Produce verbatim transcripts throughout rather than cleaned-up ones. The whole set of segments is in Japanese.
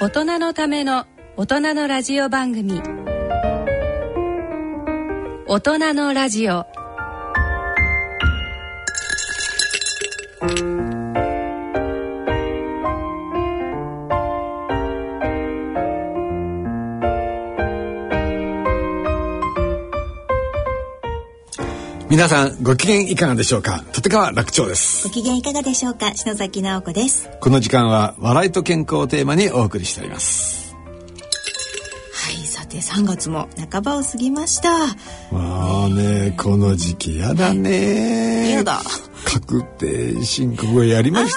大人のための大人のラジオ番組、大人のラジオ。 皆さんご機嫌いかがでしょうか。立川楽長です。 ご機嫌いかがでしょうか。篠崎直子です。 この時間は笑いと健康をテーマにお送りしております。 はい、さてさんがつも半ばを過ぎました。 まあね、この時期やだね。 やだ。 確定申告をやりました。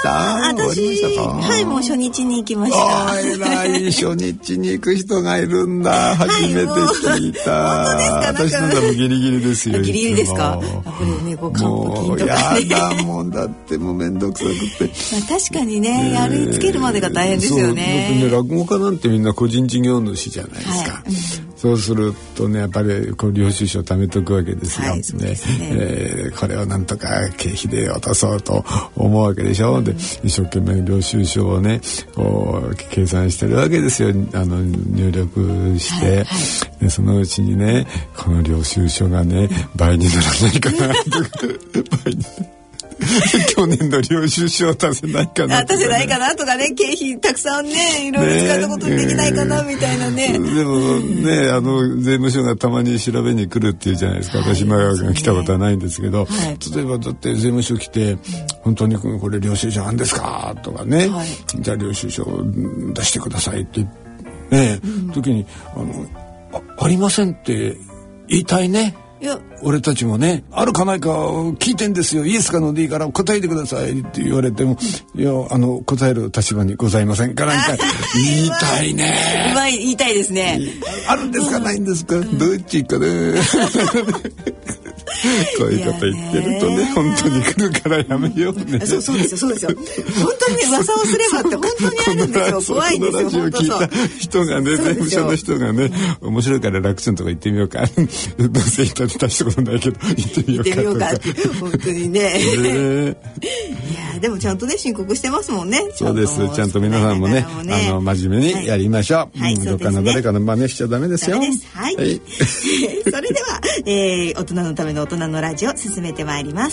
あ、私終わりましたか。 はい、もう初日に行きました。 あ、偉い。初日に行く人がいるんだ。初めて聞いた。 はい、 私の多分ギリギリですよ。 ギリギリですか。やっぱりね、こう還付金とかね。 やだもんだってもうめんどくさくて。 まあ、確かにね、やりつけるまでが大変ですよね。 そう、だってね、落語家なんてみんな個人事業主じゃないですか。はい、うん、そうするとね、やっぱりこう領収書を貯めとくわけですよ。はい、そうですね。えー、これをなんとか経費で落とそうと思うわけでしょ。うん、で一生懸命領収書をねこう計算してるわけですよ。あの入力して、はいはい、でそのうちにねこの領収書がね倍にならないかなとか倍に去年の領収書を足せないかなとか、ね、 足せないかなとかね、経費たくさんねいろいろ使ったことにできないかな、ね、みたいなね。でもね、あの税務署がたまに調べに来るっていうじゃないですか。はい、私まだ来たことはないんですけど、はい、例えばだって税務署来て、うん、本当にこれ領収書あんですかとかね、はい、じゃあ領収書出してくださいってね、うん、時にあの あ, ありませんって言いたいね。いや俺たちもね、あるかないか聞いてんですよ。イエスかノーでいいから答えてくださいって言われても、いやあの答える立場にございませんからみたいな言いたいね。 うまい、言いたいですね。 あるんですか、うん、ないんですか、うん、どっちかねこういうこと言ってるとね本当に来るからやめようね。 そう、そうですよ、そうですよ。本当にね噂をすればって本当にあるんですよ。怖いんですよ。 このラジオ聞いた人がね、税務署の人がね、面白いから楽ちゃんとか行ってみようかどうせ行った大したことないけど行ってみようかとか、行ってみようかって本当にねねいやでもちゃんとね申告してますもんね。 そうです。ちゃんと皆さんも ね, もねあの真面目にやりましょう。はい、うん、どっかの誰かの真似しちゃダメですよ。 ダメです。はい、はい、それでは、えー、大人のための大人のラジオ進めてまいります。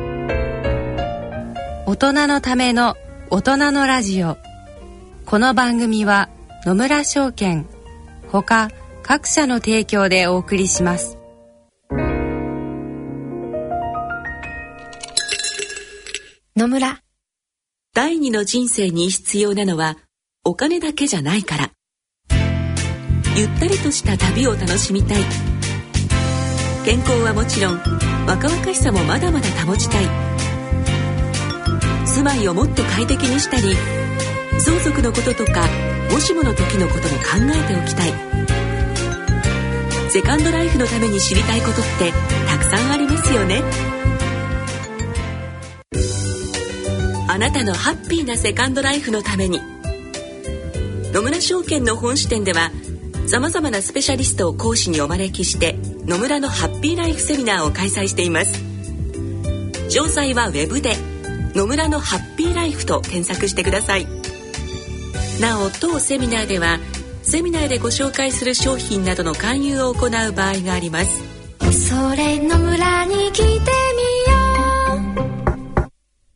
大人のための大人のラジオ。この番組は野村証券ほか各社の提供でお送りします。 野村。第二の人生に必要なのはお金だけじゃないから。ゆったりとした旅を楽しみたい。健康はもちろん若々しさもまだまだ保ちたい。住まいをもっと快適にしたり、相続のこととかもしもの時のことも考えておきたい。セカンドライフのために知りたいことってたくさんありますよね。あなたのハッピーなセカンドライフのために、野村証券の本支店ではさまざまなスペシャリストを講師にお招きして野村のハッピーライフセミナーを開催しています。詳細はウェブで野村のハッピーライフと検索してください。なお当セミナーではセミナーでご紹介する商品などの勧誘を行う場合があります。 それ野村に来てみよう。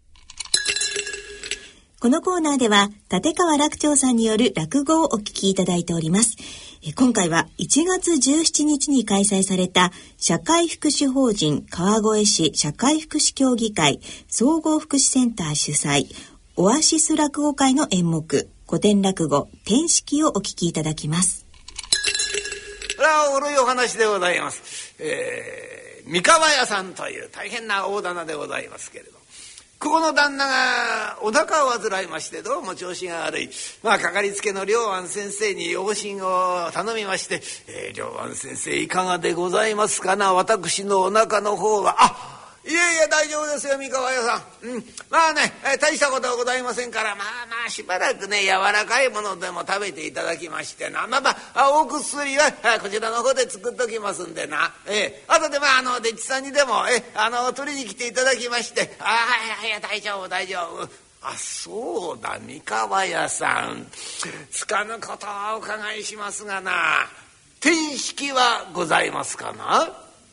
このコーナーでは立川楽長さんによる落語をお聞きいただいております。今回はいちがつじゅうしちにちに開催された社会福祉法人川越市社会福祉協議会総合福祉センター主催オアシス落語会の演目古典落語天式をお聞きいただきます。 これは古いお話でございます。えー、三河屋さんという大変な大店でございますけれど、ここの旦那がお腹を患いましてどうも調子が悪い。まあかかりつけの良安先生に往診を頼みまして「えー、良安先生いかがでございますかな、私のお腹の方は」あいえいえ大丈夫ですよ三河屋さん、うん、まあね、えー、大したことはございませんから、まあまあしばらくね柔らかいものでも食べていただきましてな、まあまあお薬はこちらの方で作っときますんでな、えー、あとでまああの丁稚さんにでもえー、あの取りに来ていただきまして、あはいはい大丈夫大丈夫、 あ、そうだ、三河屋さん。つかぬことはお伺いしますがな、天式はございますかな。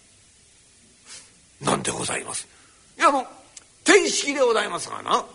なんでございます。いや、もう天式でございますがな。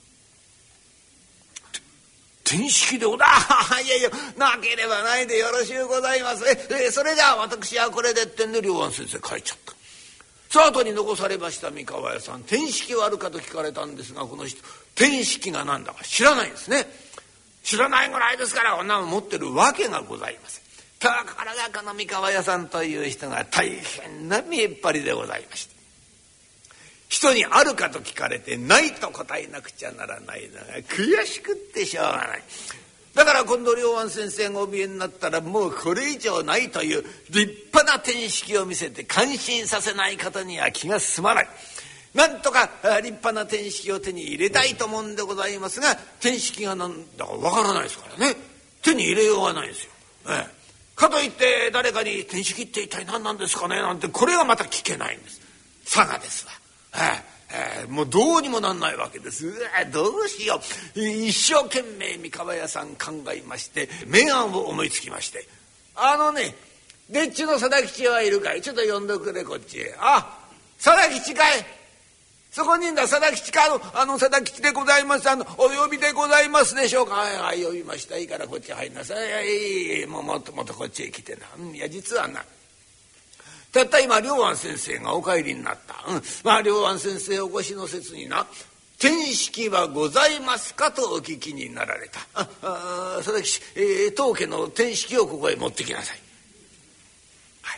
天式でございます。いやいや、なければないでよろしゅうございます。ええそれじゃあ私はこれでってんで良安先生帰っちゃった。その後に残されました三河屋さん、天式はあるかと聞かれたんですが、この人天式が何だか知らないんですね。知らないぐらいですからこんなの持ってるわけがございません。だからがこの三河屋さんという人が大変な見えっ張りでございました。人にあるかと聞かれてないと答えなくちゃならないのが悔しくってしょうがない。だから今度良安先生がお見えになったら、もうこれ以上ないという立派な天式を見せて感心させない方には気が進まない。なんとか立派な天式を手に入れたいと思うんでございますが、天式が何だかわからないですからね、手に入れようがないんですよ。ええ、かといって誰かに天式って一体何なんですかねなんて、これがまた聞けないんです。佐賀ですわ。えええー、もうどうにもなんないわけです。うわ、どうしよう。一生懸命三河屋さん考えまして明暗を思いつきまして、あのね、でっちの貞吉はいるかい、ちょっと呼んでくれこっちへ。あ、貞吉かい、そこにいんだ、貞吉か、あのあの貞吉でございます、あのお呼びでございますでしょうか。はいはい、呼びました。いいからこっち入りなさい。いい、もうもっともっとこっちへ来てな。うん、いや実はな、たった今良安先生がお帰りになった。うん、まあ良安先生お越しの節にな、天式はございますかとお聞きになられた。ああ、佐々木、えー、当家の天式をここへ持ってきなさい。はい、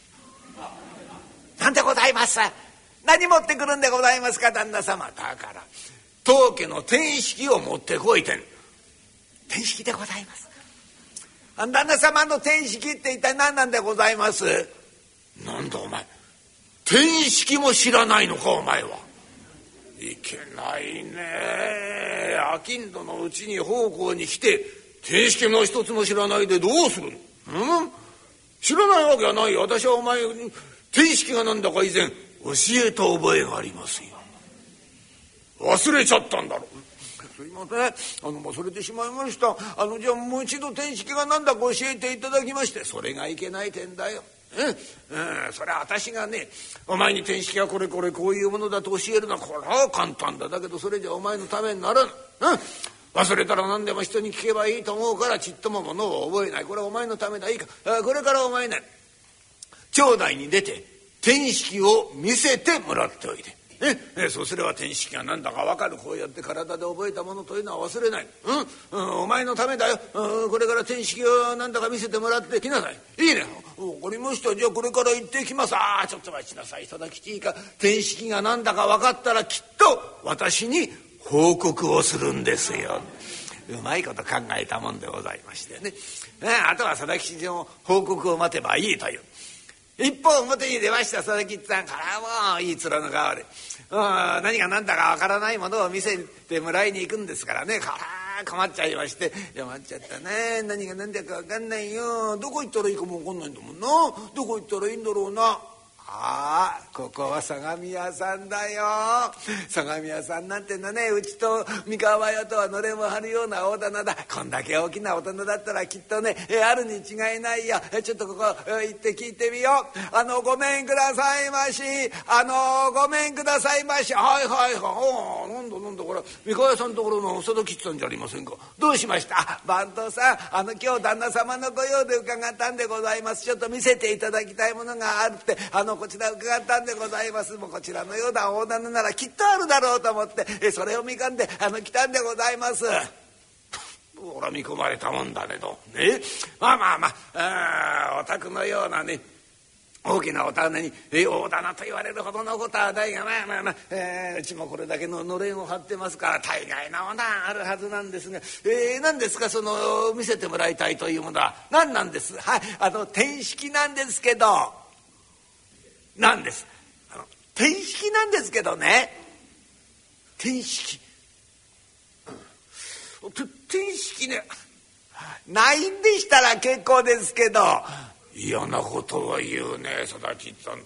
なんでございます。何持ってくるんでございますか旦那様。だから当家の天式を持ってこいてん。天式でございます。旦那様の天式って一体何なんでございます。なんだお前、天式も知らないのかお前は。いけないね。商人のうちに奉公に来て天式の一つも知らないでどうするの。うん、知らないわけはないよ。私はお前天式が何だか以前教えた覚えがありますよ。忘れちゃったんだろう。すいません、あの忘れてしまいました。あのじゃあもう一度天式が何だか教えていただきまして。それがいけない点だよ。うん、うん、それは私がね、お前に天式はこれこれこういうものだと教えるのはこれは簡単だ。だけどそれじゃお前のためにならぬ。うん、忘れたら何でも人に聞けばいいと思うからちっともものを覚えない。これはお前のためだ。いいか、これからお前ね、町内に出て天式を見せてもらっておいで。ね、そうすれば天式が何だか分かる。こうやって体で覚えたものというのは忘れない。うん、うん、お前のためだよ。うん、これから天式を何だか見せてもらってきなさい。いいね。分かりました。じゃあこれから行ってきます。ああ、ちょっと待ちなさい佐々吉。いいか、天式が何だか分かったらきっと私に報告をするんですよ。うまいこと考えたもんでございましてね。ね、あとは佐々吉の報告を待てばいいという。一方表に出ました佐々木さんからもういい面の顔で、うん、何が何だかわからないものを見せてもらいに行くんですからね。困っちゃいまして、困っちゃったね。何が何だかわかんないよ。どこ行ったらいいかもわかんないんだもんな。どこ行ったらいいんだろうな。ああ、ここは相模屋さんだよ。相模屋さんなんてのね、うちと三河屋とはのれんを張るような大棚だ。こんだけ大きな大棚だったらきっとね、あるに違いないよ。ちょっとここ行って聞いてみよう。あのごめんくださいまし。あのごめんくださいまし。はいはいはい。おお、なんだなんだこれ、三河屋さんのところの佐渡吉さんじゃありませんか。どうしました。あ、番頭さん、あの今日旦那様のご用で伺ったんでございます。ちょっと見せていただきたいものがあるって、あのこちら伺ったんでございます。もうこちらのような大棚ならきっとあるだろうと思ってえそれを見かんであの来たんでございます。ほら見込まれたもんだけどね。まあまあまあ、あお宅のようなね大きなお棚にえ大棚と言われるほどのことはないが、まあまあまあ、えー、うちもこれだけののれんを張ってますから大概なものはあるはずなんですが、えー、何ですかその見せてもらいたいというものは。何なんです。はい、あの天式なんですけど。なんです。あの天式なんですけどね。天式、うん、天式ねないんでしたら結構ですけど。嫌なことを言うね佐々木さん。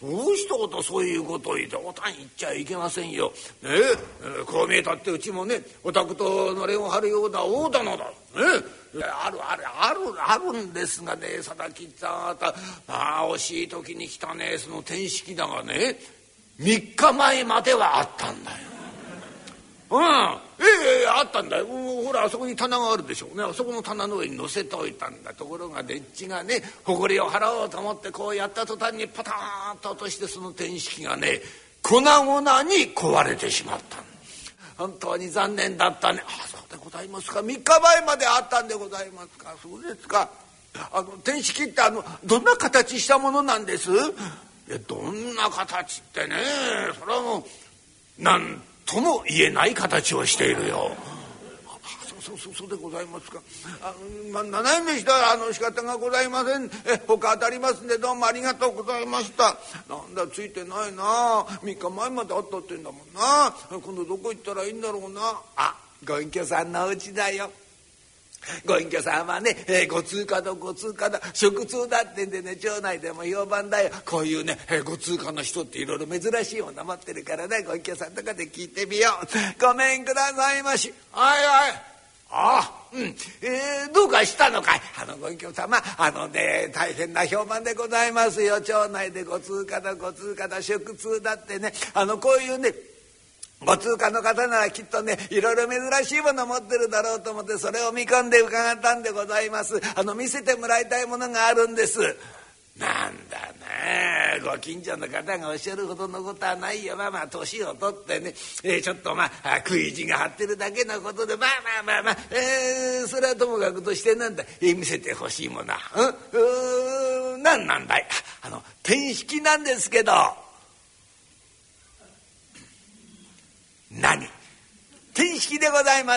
どうしたことそういうことを言っておたん言っちゃいけませんよ。ねえ、こう見えたってうちもねお宅とのれんを張るような大棚だ。ねえ、あるあるあるあるんですがね、貞吉さんあたああ惜しい時に来たねその天式だがねみっかまえまではあったんだよ。うん、ええあったんだよ。ほらあそこに棚があるでしょうね。あそこの棚の上に乗せておいたんだ。ところがでっちがね埃を払おうと思ってこうやった途端にパターンと落としてその天式がね粉々に壊れてしまった。本当に残念だったね。あ、そうでございますか。みっかまえまであったんでございますか。そうですか。あの天式ってあのどんな形したものなんです？いやどんな形ってねそれはもうなんとも言えない形をしているよ。そうそうそうでございますか。あの、まあ、七円飯だあの仕方がございません。え他当たりますんでどうもありがとうございました。なんだついてないな。みっかまえまであったってんだもんな。今度どこ行ったらいいんだろうな。あ、ご隠居さんのお家だよ。ご隠居さんはね、えー、ご通過だご通過だ食通だってんでね町内でも評判だよ。こういうね、えー、ご通過の人っていろいろ珍しいもの持ってるからねご隠居さんとかで聞いてみよう。ごめんくださいまし。はいはい。ああ、うん、えー、どうかしたのかい。あのご隠居様あのね大変な評判でございますよ。町内でご通過だご通過だ食通だってねあのこういうねご通過の方ならきっとねいろいろ珍しいもの持ってるだろうと思ってそれを見込んで伺ったんでございます。あの見せてもらいたいものがあるんです。なんだねご近所の方がおっしゃるほどのことはないよ。まあまあ年を取ってね、えー、ちょっとまあ食い意地が張ってるだけのことでまあまあまあまあ、えー、それはともかくとしてなんだ、えー、見せてほしいものはうん、なんなんだい。あの天式なんですけど。何？天式でございます。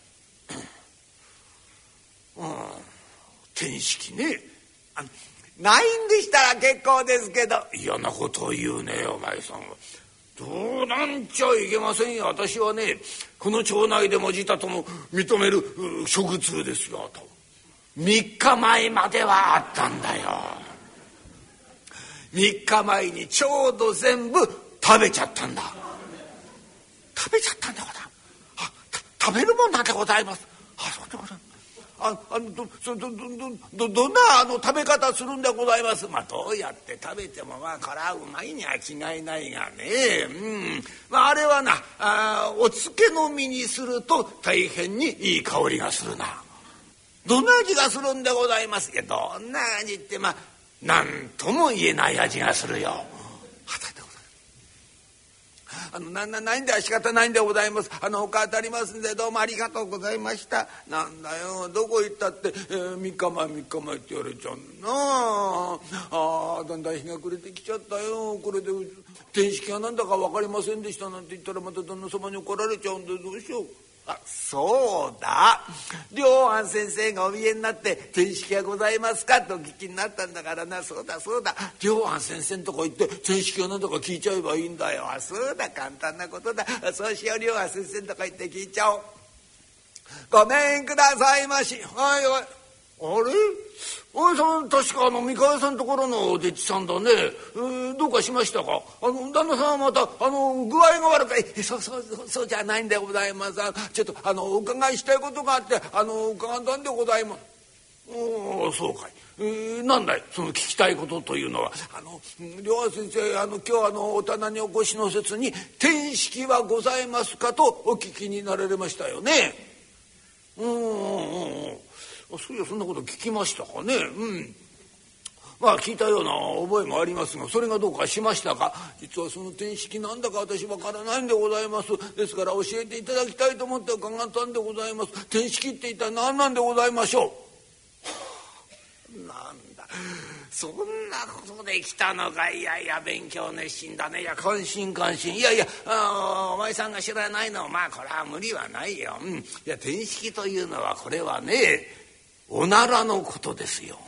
うん、天式ね。あのないんでしたら結構ですけど。嫌なことを言うねお前さんは。どうなんちゃいけませんよ。私はねこの町内でも自他とも認める食通ですよと。みっかまえまではあったんだよ。みっかまえにちょうど全部食べちゃったんだ。食べちゃったんでございます。あ、食べるもんなんでございます。あ、そうでございます。あ、あのどそどどどどんなあの食べ方するんでございます。まあどうやって食べてもまあこれはうまいには違いないがね。うん。まああれはなあお漬けの実にすると大変にいい香りがするな。どんな味がするんでございます。いやどんな味ってまあ何とも言えない味がするよ。あのななないんでは仕方ないんでございます。あの他当たりますんでどうもありがとうございました。なんだよどこ行ったって、えー、みっかまえみっかまえって言われちゃうなあ。あだんだん日が暮れてきちゃったよ。これで天式が何だか分かりませんでしたなんて言ったらまた旦那様に怒られちゃうんでどうしよう。あ、そうだ良安先生がお見えになって天式がございますかとお聞きになったんだからな。そうだそうだ良安先生のとこ行って天式が何だか聞いちゃえばいいんだよ。あ、そうだ簡単なことだ。そうしよう。良安先生のとこ行って聞いちゃおう。ごめんくださいまし。はいはい。あれおいさん確かあの三河屋さんのところのお弟子さんだね。えー、どうかしましたか。あの旦那さんはまたあの具合が悪くてそうそうそうじゃないんでございます。ちょっとあのお伺いしたいことがあってあの伺ったんでございます。おおそうかい。えー、なんだいその聞きたいことというのは。あの良安先生あの今日あのお棚にお越しの節に天式はございますかとお聞きになられましたよね。うんうんうん。そういやそんなこと聞きましたかね。うん。まあ聞いたような覚えもありますがそれがどうかしましたか。実はその天式なんだか私わからないんでございます。ですから教えていただきたいと思って伺ったんでございます。天式って一体何なんでございましょう。なんだそんなことで来たのか。いやいや勉強熱心だね。いや感心感心。いやいやあお前さんが知らないのまあこれは無理はないよ。うん、いや天式というのはこれはねおならのことですよ。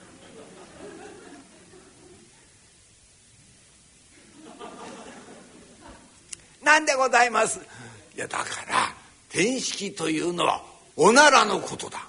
なんでございます。いやだから天式というのはおならのことだ。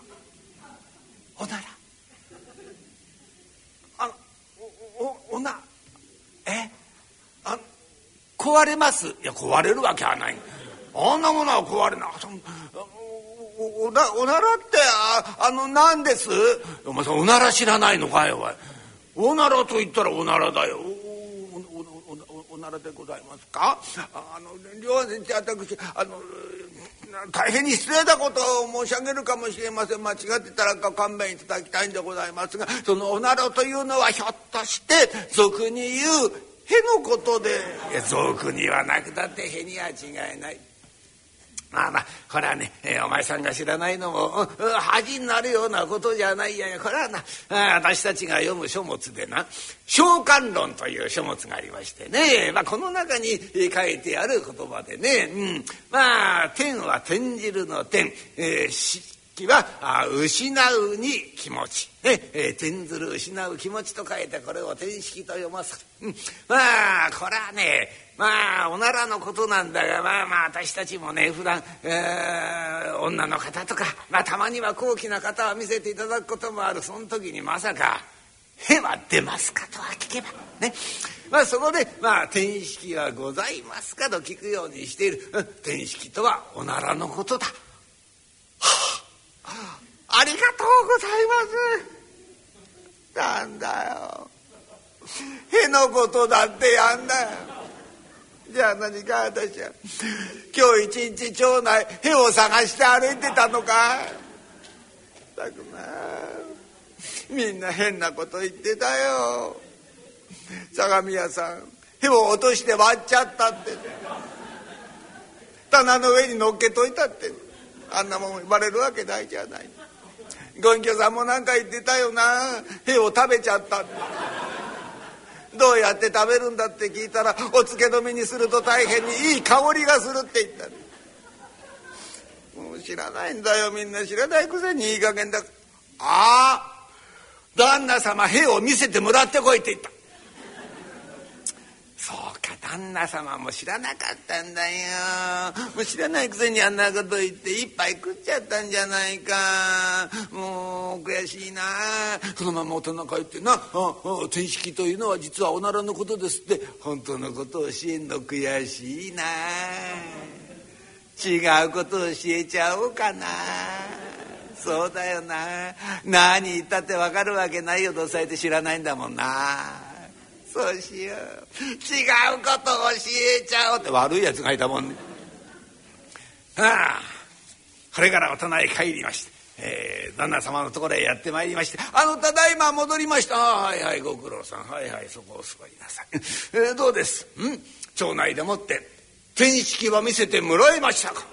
おならあのおおおなえあ壊れます。いや壊れるわけはない。あんなものは壊れない。お, お, なおならってああの何です。お前さんおなら知らないのかよ。おならと言ったらおならだよ。お, お, お, おならでございますか。あの両先生私あの大変に失礼なことを申し上げるかもしれません。間違ってたら勘弁いただきたいんでございますが、そのおならというのはひょっとして俗に言うへのことで。いや俗にはなくたってへには違いない。まあまあこれはね、えー、お前さんが知らないのも、うん、恥になるようなことじゃないや。これはな私たちが読む書物でな「小観論」という書物がありましてね、まあ、この中に書いてある言葉でね、うん、まあ天は転じるの天、えー、式はあ失うに気持ち、ねえー、転ずる失う気持ちと書いてこれを天式と読ます、うん、まあこれはねまあおならのことなんだが、まあまあ私たちもね普段、えー、女の方とか、まあ、たまには高貴な方は見せていただくこともある。その時にまさか「へは出ますか?」とは聞けばね、まあそこで「まあ天式はございますか?」と聞くようにしている、うん、天式とはおならのことだ。はあ、ありがとうございます。なんだよへのことだってやんだよ。じゃあ何か私は今日一日町内へを探して歩いてたのか。たくなみんな変なこと言ってたよ。相模屋さんへを落として割っちゃったって、棚の上に乗っけといたって、あんなもんバレるわけないじゃない。ご隠居さんもなんか言ってたよな、へを食べちゃったって。どうやって食べるんだって聞いたら、お漬け止めにすると大変にいい香りがするって言った。もう知らないんだよ、みんな知らないくせにいい加減だ。ああ旦那様へを見せてもらってこいって言った。そうか旦那様も知らなかったんだよ。もう知らないくせにあんなこと言って一杯食っちゃったんじゃないか。もう悔しいな。そのまま大人帰ってな「ああ天式というのは実はおならのことです」って本当のことを教えんの悔しいな。違うことを教えちゃおうかな。そうだよな。何言ったって分かるわけないよ。どうされて知らないんだもんな。そうしよう。違うことを教えちゃおうって悪いやつがいたもんね。ああこれから大人へ帰りまして、えー、旦那様のところへやってまいりまして「あのただいま戻りました。あはいはいご苦労さん。はいはいそこを座りなさい。えー、どうですん町内でもって天式は見せてもらいましたか?」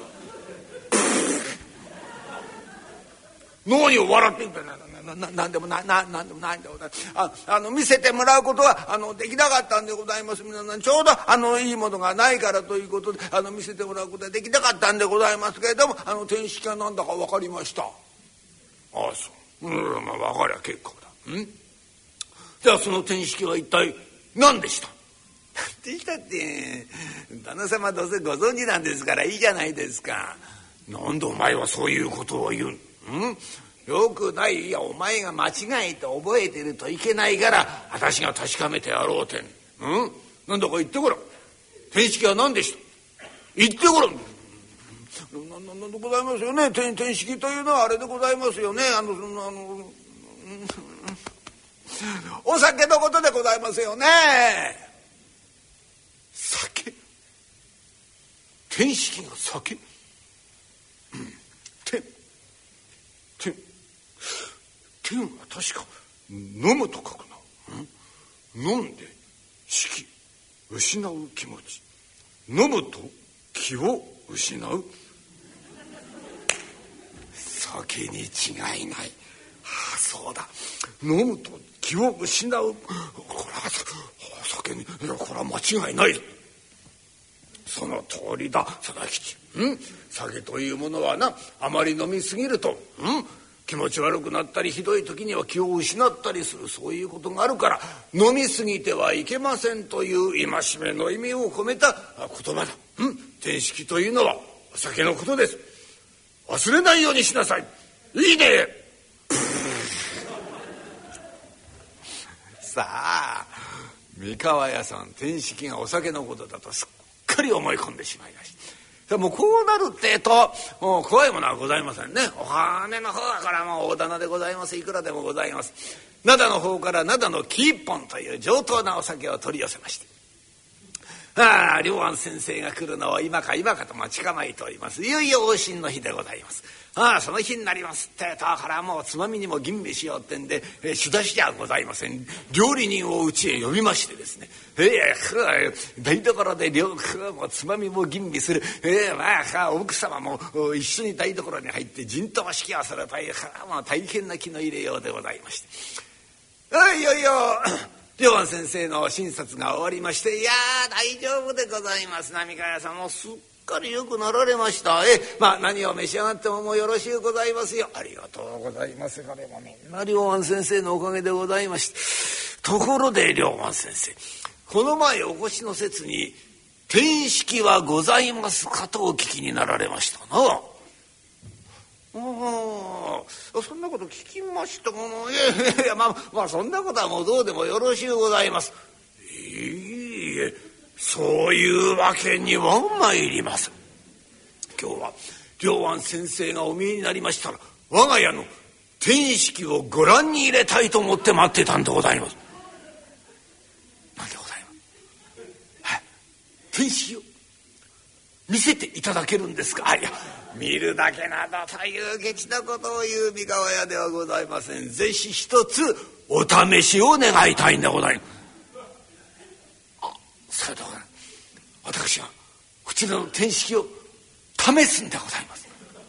何を笑ってんだよ。な, な, なんでもないななんでもないんだよ。ああの見せてもらうことはあのできなかったんでございます。皆さんちょうどあのいいものがないからということであの見せてもらうことはできなかったんでございますけれども、あの天式は何だか分かりました。ああそううんまあ分かりゃ結構だ。んじゃあその天式は一体何でした？何でしたって旦那様どうせご存知なんですからいいじゃないですか。なんでお前はそういうことを言う？んよくない。いやお前が間違えて覚えてるといけないから私が確かめてやろうてん。うんなんだか言ってごらん。天式は何でした？言ってごらん。ななんでございますよね。天天式というのはあれでございますよね。あのそのあのお酒のことでございますよね。酒？天式が酒？天天天は確か飲むと書くな。飲んで式失う気持ち、飲むと気を失う。酒に違いない。ああそうだ飲むと気を失う。これは酒にいやこれは間違いない。その通りだ貞吉。ん酒というものはなあまり飲みすぎるとん気持ち悪くなったりひどい時には気を失ったりする、そういうことがあるから飲みすぎてはいけませんという戒めの意味を込めた言葉だ。ん天式というのはお酒のことです。忘れないようにしなさい。いいね。さあ三河屋さん天式がお酒のことだとすっかり思い込んでしまいました。もうこうなるってえともう怖いものはございませんね。お金の方だからもう大店でございます。いくらでもございます。灘の方から灘の木一本という上等なお酒を取り寄せまして、ああ良安先生が来るのを今か今かと待ち構えております。いよいよ往診の日でございます。ああその日になりますってだからもうつまみにも吟味しようってんで、えー、主出しじゃございません。料理人をうちへ呼びましてですね、えー、台所で料もつまみも吟味する、えー、まあ奥様も一緒に台所に入って陣頭指揮をするというまあ大変な気の入れようでございまして、あいよいよ良安先生の診察が終わりまして、いやー大丈夫でございますな。三河屋さんもすっかりよくなられました。えまあ何を召し上がってももうよろしゅうございますよ。ありがとうございます。これもみんな良安先生のおかげでございまして。ところで良安先生、この前お越しの節に天式はございますかとお聞きになられましたな。ああそんなこと聞きましたが、いやいやまあまあそんなことはもうどうでもよろしゅうございます。いいえそういうわけには参ります。今日は良安先生がお見えになりましたら我が家の天式をご覧に入れたいと思って待ってたんでございます。なんでございます。はい、天式を見せていただけるんですか。あいや見るだけなどというケチなことを言う三河屋ではございません。ぜひ一つお試しを願いたいんでございます。あそれでございます。私はこちらの天式を試すんでございます。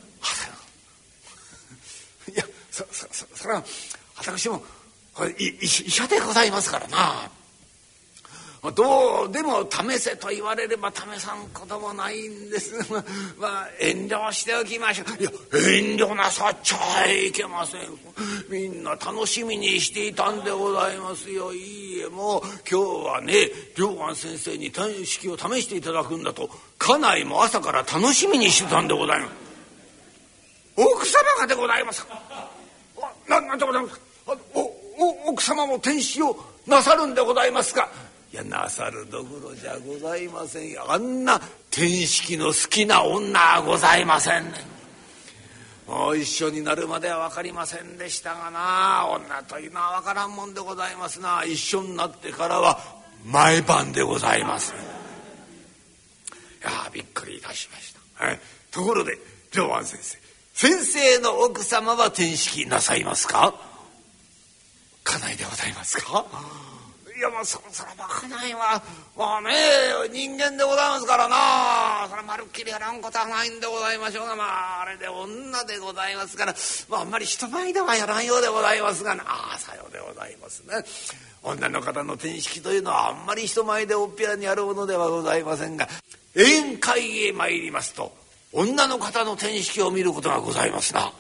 いやそそそそれは私もこれ医者でございますからな。どうでも試せと言われれば試さんこともないんですが、まあ遠慮しておきましょう。いや遠慮なさっちゃいけません。みんな楽しみにしていたんでございますよ。いいえもう今日はね良安先生に天式を試していただくんだと家内も朝から楽しみにしてたんでございます。奥様がでございますか。ななんでございますか。おお奥様も天式をなさるんでございますか。いやなさるどころじゃございませんよ。あんな天式の好きな女はございませんね。もう一緒になるまでは分かりませんでしたがな、女というのは分からんもんでございますな。一緒になってからは毎晩でございます。いやびっくりいたしました。えところで良安先生、先生の奥様は天式なさいますか。家内でございますか。いやまあそそらば家内はまあね人間でございますからな、それまるっきりやらんことはないんでございましょうが、まああれで女でございますから、まああんまり人前ではやらんようでございますが、ああさようでございますね。女の方の天式というのはあんまり人前でおっぴらにやるものではございませんが、宴会へ参りますと女の方の天式を見ることがございますな。あ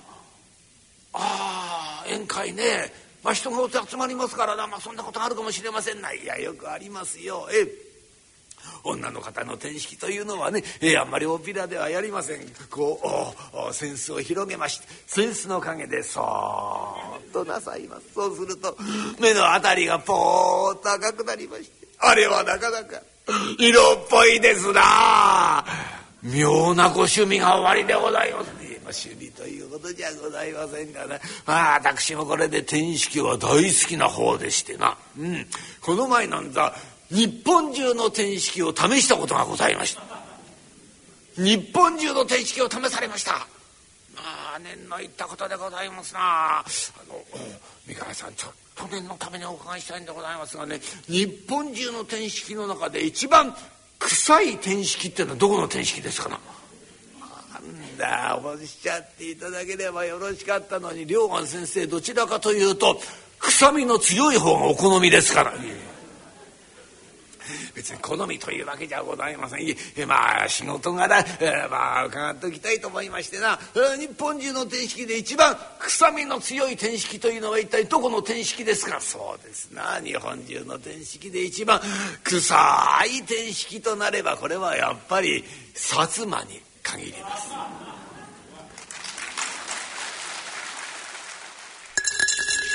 あ宴会ね、まあ人が集まりますからな、まあそんなことあるかもしれませんな。いやよくありますよ。え女の方の天式というのはね、えあんまり大っぴらではやりません。こう扇子を広げまして扇子の陰でそーっとなさいます。そうすると目のあたりがぽーっと赤くなりまして、あれはなかなか色っぽいですな。妙なご趣味がおありでございますね。趣味ということじゃございませんがね、まあ私もこれで天式は大好きな方でしてな、うん、この前なんざ日本中の天式を試したことがございました。日本中の天式を試されました。まあ念の言ったことでございますな。あの三河さんちょっと念のためにお伺いしたいんでございますがね、日本中の天式の中で一番臭い天式っていうのはどこの天式ですかな。だおっしゃっていただければよろしかったのに、良安先生どちらかというと臭みの強い方がお好みですから。別に好みというわけじゃございません。まあ仕事柄、えー、まあ伺っておきたいと思いましてな、日本中の天式で一番臭みの強い天式というのは一体どこの天式ですか。そうですな、日本中の天式で一番臭い天式となればこれはやっぱり薩摩に限ります。 立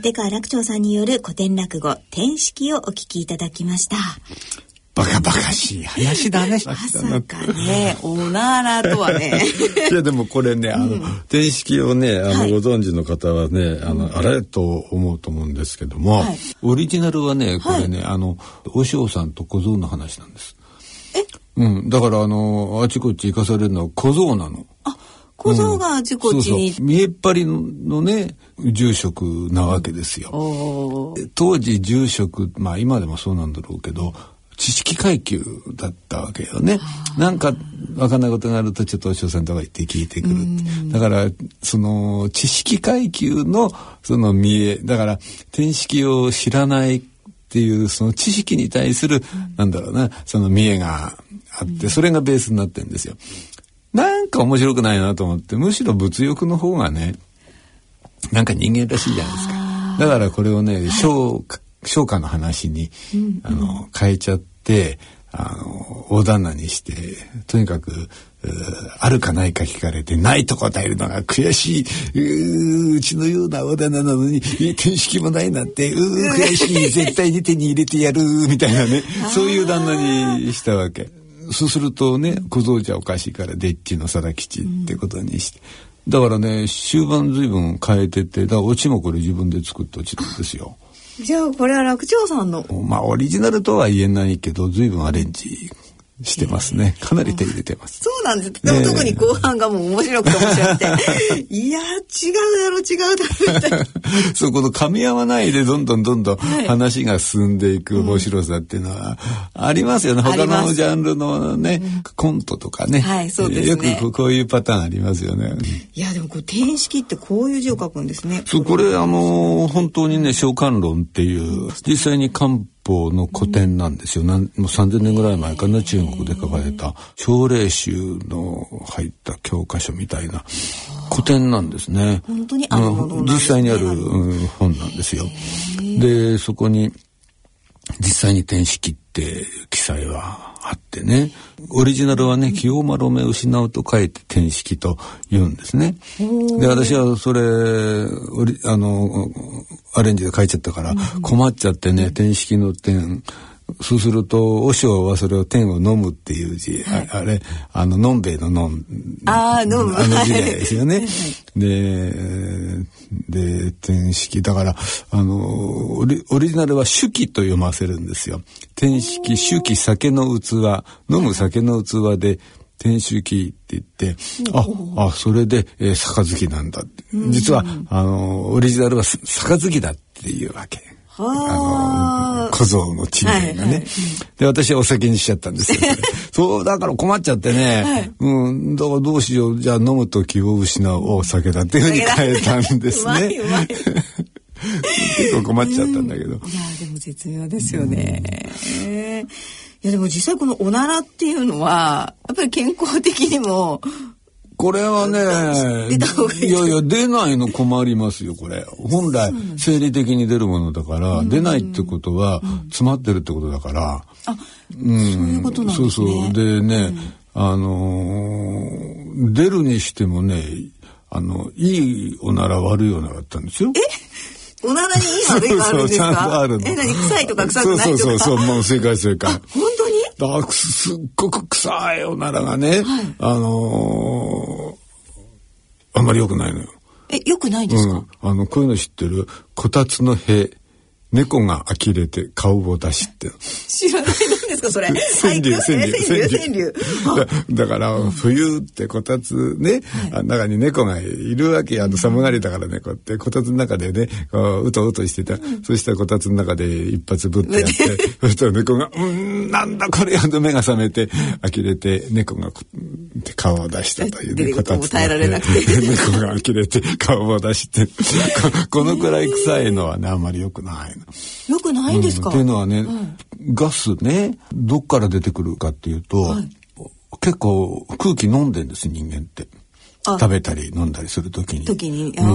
立川楽長さんによる古典落語天式をお聞きいただきました。 バカバカしい話だね。 まさかね、おならとはね。 いやでもこれね、あの、うん、天式をね、あの、はい、ご存知の方はね、あの、うん、あれと思うと思うんですけども、はい、オリジナルはね、これね、はい、あの、和尚さんと小僧の話なんです。 え？ うん、だからあの、あちこち行かされるのは小僧なの。 あ、小僧があちこちに、 うん、そうそう、見えっ張りのね、住職なわけですよ。 うん、 当時住職、まあ今でもそうなんだろうけど、知識階級だったわけよね。なんか分かんないことがあるとちょっとお師匠さんとか言って聞いてくる。だからその知識階級のその見え、だから天式を知らないっていうその知識に対する、うん、なんだろうな、その見えがあって、それがベースになってるんですよ。なんか面白くないなと思って、むしろ物欲の方がね、なんか人間らしいじゃないですか。だからこれをね、小商家の話に、うんうん、あの変えちゃってあの大旦那にして、とにかく う, あるかないか聞かれてないと答えるのが悔しい、 う, うちのような大旦那なのに天式もないなんて、う悔しい、絶対に手に入れてやるみたいなねそういう旦那にしたわけ。そうするとね、小僧じゃおかしいからでっちの貞吉ってことにして、うん、だからね終盤随分変えてて、だからオチもこれ自分で作ったオチなんですよ。 じゃあこれは楽長さんの、 まあオリジナルとは言えないけど随分アレンジしてますね。かなり手入れてます。 そうなんです。でも特に後半がもう面白くて面白くて、いや違うだろ違うだろみたいな。 そう、この噛み合わないでどんどんどんどん話が進んでいく面白さっていうのはありますよね。うん、他のジャンルのね、うん、コントとかね。 はい、そうですね。 よくこういうパターンありますよね。 いやでもこう天式ってこういう字を書くんですね。 そう、これあの本当にね、小観論っていう実際に漢の古典なんですよ。なんもうさんぜんねんぐらい前かな、中国で書かれた奨励集の入った教科書みたいな古典なんですね。 本当にあるものなんですね。 実際にある、うん、本なんですよ。でそこに実際に天式って記載はあってね、オリジナルはね、清丸め失うと書いて天式と言うんですね。で私はそれあのアレンジで書いちゃったから困っちゃってね、天式の天、そうすると和尚はそれを天を飲むっていう字、はい、あ, あれあののんべいののん、 あ飲むあの字ですよね。でで天式だからあのオ リ, オリジナルは酒器と読ませるんですよ。天式酒器、酒の器、飲む酒の器で天式って言って、ああそれで、えー、杯なんだって、実はあのオリジナルは杯だっていうわけ。あの小僧の地名がね、はいはい、で私はお酒にしちゃったんですよ。そうだから困っちゃってね、はい、うん、だからどうしよう、じゃあ飲むと気を失うお酒だっていうふうに変えたんですね。うまいうまい結構困っちゃったんだけど、いやでも絶妙ですよね。いやでも実際このおならっていうのはやっぱり健康的にもこれはね、いやいや出ないの困りますよ。これ本来生理的に出るものだから、出ないってことは詰まってるってことだから、 あ、うん、そういうことなんですね。 そうそうでね、うん、あのー、出るにしてもね、あのいいおなら悪いおならだったんですよ。 えおならにいい悪いがあるんですか？そうそう、ちゃんとあるの。え、何臭いとか臭くないとか？ そうそうそう、もう正解正解。 本当に？ だすっごく臭いおならがね、はい、あのー、あんまり良くないのよ。 え、良くないですか？ うん、あのこういうの知ってる？こたつの塀、猫が呆れて顔を出しって。 知らない。何ですかそれ？ 川柳川柳川柳。 だ, だから冬ってこたつね、はい、中に猫がいるわけ。あの寒がりだから猫ってこたつの中でね、こううとうとしてた、うん、そしたらこたつの中で一発ぶってやってそしたら猫がうんなんだこれやと目が覚めて呆れて猫が顔を出したというね、こたつ耐えられなくて猫が呆れて顔を出してこ, このくらい臭いのはねあんまり良くないの。 良くないんですか？ うん、っていうのはね、はい、ガスねどっから出てくるかっていうと、はい、結構空気飲んでんです人間って。食べたり飲んだりするときに。 時に。 うん、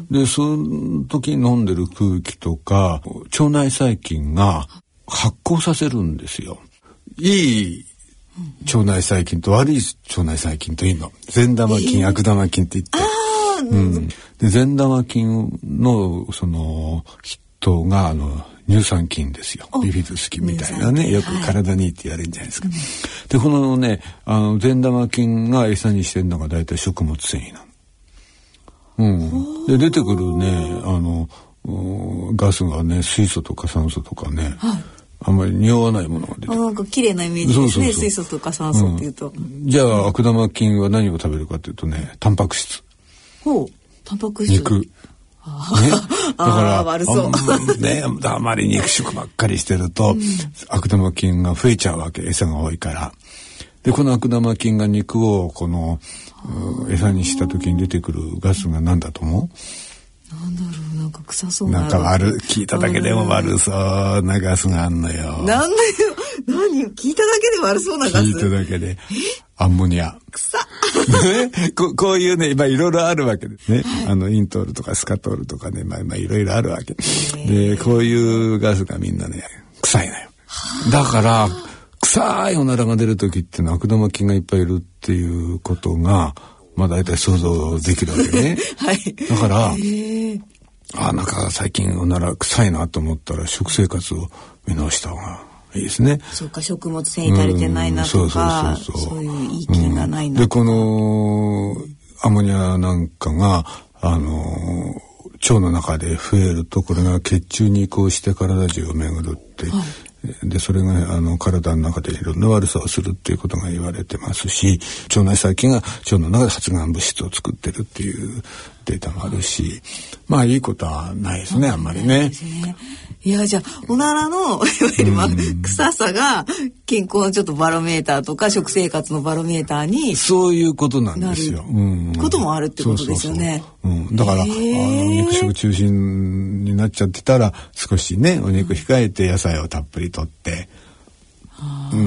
でその時に飲んでる空気とか腸内細菌が発酵させるんですよ。いい腸内細菌と悪い腸内細菌というの善玉菌、悪玉菌って言って。 うん、 で善玉菌のその筆頭があの乳酸菌ですよ。ビフィズス菌みたいなね、よく体にいいって言われるんじゃないですか、はい、でこのねあの善玉菌が餌にしてるのが大体食物繊維なの、うん、で出てくるねあのガスがね水素とか酸素とかね、はい、あんまり匂わないものが出てくる。 なんか綺麗なイメージですね。そうそうそう、水素とか酸素っていうと、 うん、じゃあ悪玉菌は何を食べるかというとねタンパク質。 ほう、タンパク質、 肉ね、だから悪そうあ,、ね、あまり肉食ばっかりしてると、うん、悪玉菌が増えちゃうわけ。餌が多いから。でこの悪玉菌が肉をこの餌にした時に出てくるガスが何だと思う？ なんだろう、なんか臭そうな。 なんか悪、聞いただけでも悪そうなガスがあんのよ。 なんだよ、何よ、聞いただけで悪そうなガス。 聞いただけで。アンモニア。 臭ね、こ, こういうね、まあいろいろあるわけですね。はい、あのイントールとかスカトールとかね、まあまあいろいろあるわけ。で、こういうガスがみんなね、臭いのよ。だから、臭いおならが出る時っていうのは悪玉菌がいっぱいいるっていうことが、まあ大体想像できるわけね。 はい。 だから、あなんか最近おなら臭いなと思ったら食生活を見直した方がいいですね。 そうか、食物繊維足りてないなとか、うん、そうそうそうそう、そういういい菌がないなとか、 うん、でこのアンモニアなんかがあの腸の中で増えるとこれが血中に移行して体中を巡るって、はい、でそれがあの体の中でいろんな悪さをするっていうことが言われてますし、腸内細菌が腸の中で発がん物質を作ってるっていうデータもあるし、まあいいことはないですね、あんまりね。 いや、じゃあおならのいわゆる、まあ、臭さが健康のちょっとバロメーターとか食生活のバロメーターにそういうことなんですよ。 うん、こともあるってことですよね。 そうそうそう、うん、だからあの肉食中心になっちゃってたら少しねお肉控えて野菜をたっぷりとって、うん、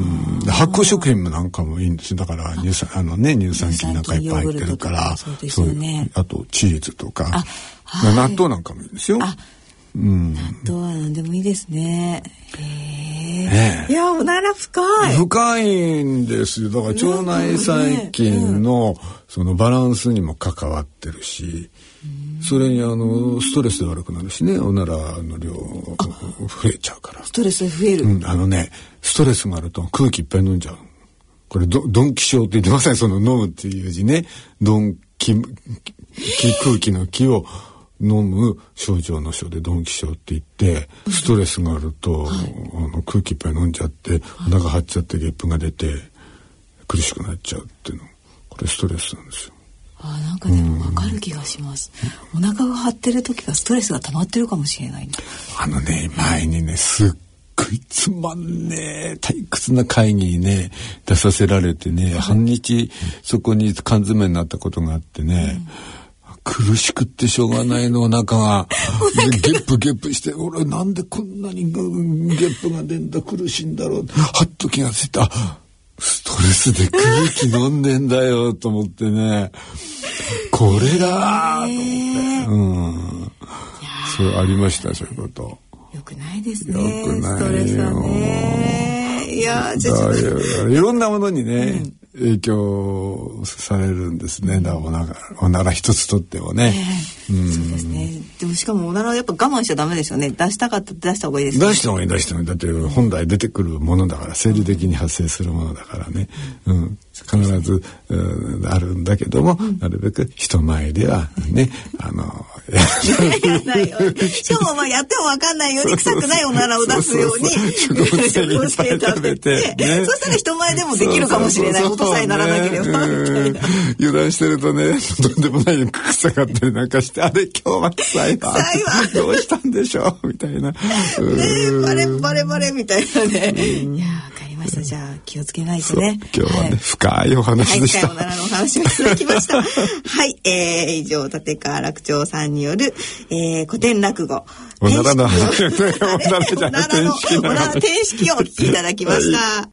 発酵食品もなんかもいいんですよ。だから乳酸あのね乳酸菌なんかいっぱい入ってるから、 そうですよね。 あとチーズとか納豆なんかもいいんですよ。うん、 納豆は何でもいいですね。へえ。いや、おなら深い。 深いんですよ。だから腸内細菌のそのバランスにも関わってるし、それにあのストレスで悪くなるしね、おならの量増えちゃうから。 ストレス増える。 うん、あのね、ストレスがあると空気いっぱい飲んじゃう。これどドンキ症って言ってません？その飲むっていう字ね。ドンキ空気の気を飲む症状の症でドンキ症って言ってストレスがあると、はい、あの空気いっぱい飲んじゃってお腹張っちゃってゲップが出て苦しくなっちゃうっていうの、これストレスなんですよ。 あ、なんかでも分かる気がします、うん、お腹が張ってる時がストレスが溜まってるかもしれない。 あのね、前にねすっごいつまんねえ退屈な会議にね出させられてね、はい、半日そこに缶詰になったことがあってね、うん、苦しくってしょうがないの、お腹がゲップゲップして、俺なんでこんなにゲップが出んだ、苦しいんだろう、はっと気がついた、ストレスで空気飲んでんだよと思ってね、これだーと思って、うん、そうありました、そういうこと。 よくないですね。 よくないよ。 ストレスはね。いや、じゃあいろんなものにね、うん、影響されるんですね。うん、だからおなら、おなら一つとってもね、 えーうん。そうですね。でもしかもおならはやっぱ我慢しちゃダメですよね。出したかったら出した方がいいですね。 出した方がいい、出した方がいい。だって本来出てくるものだから、生理的に発生するものだからね。うん、必ず、うん、あるんだけども、うん、なるべく人前ではね、あの、 やないよ。しかもまあやっても分かんないように臭くないおならを出すように食物繊維いっぱい食べて、ね、 そしたら人前でもできるかもしれない。音さえならなければみたいな。 油断してるとね、とんでもない臭かったりなんかして、あれ今日は臭いわ。 臭いわ。 どうしたんでしょうみたいな。ねバレバレバレみたいなね。いやわかりました。じゃあ気をつけないとね。 今日はね、はい、深いお話でした。 はい、深いおならのお話をいただきました。はい、えー、以上立川楽長さんによる、えー、古典落語。 おならの話。おならじゃない。 おならの、おならの天式をお聞きいただきました。はい。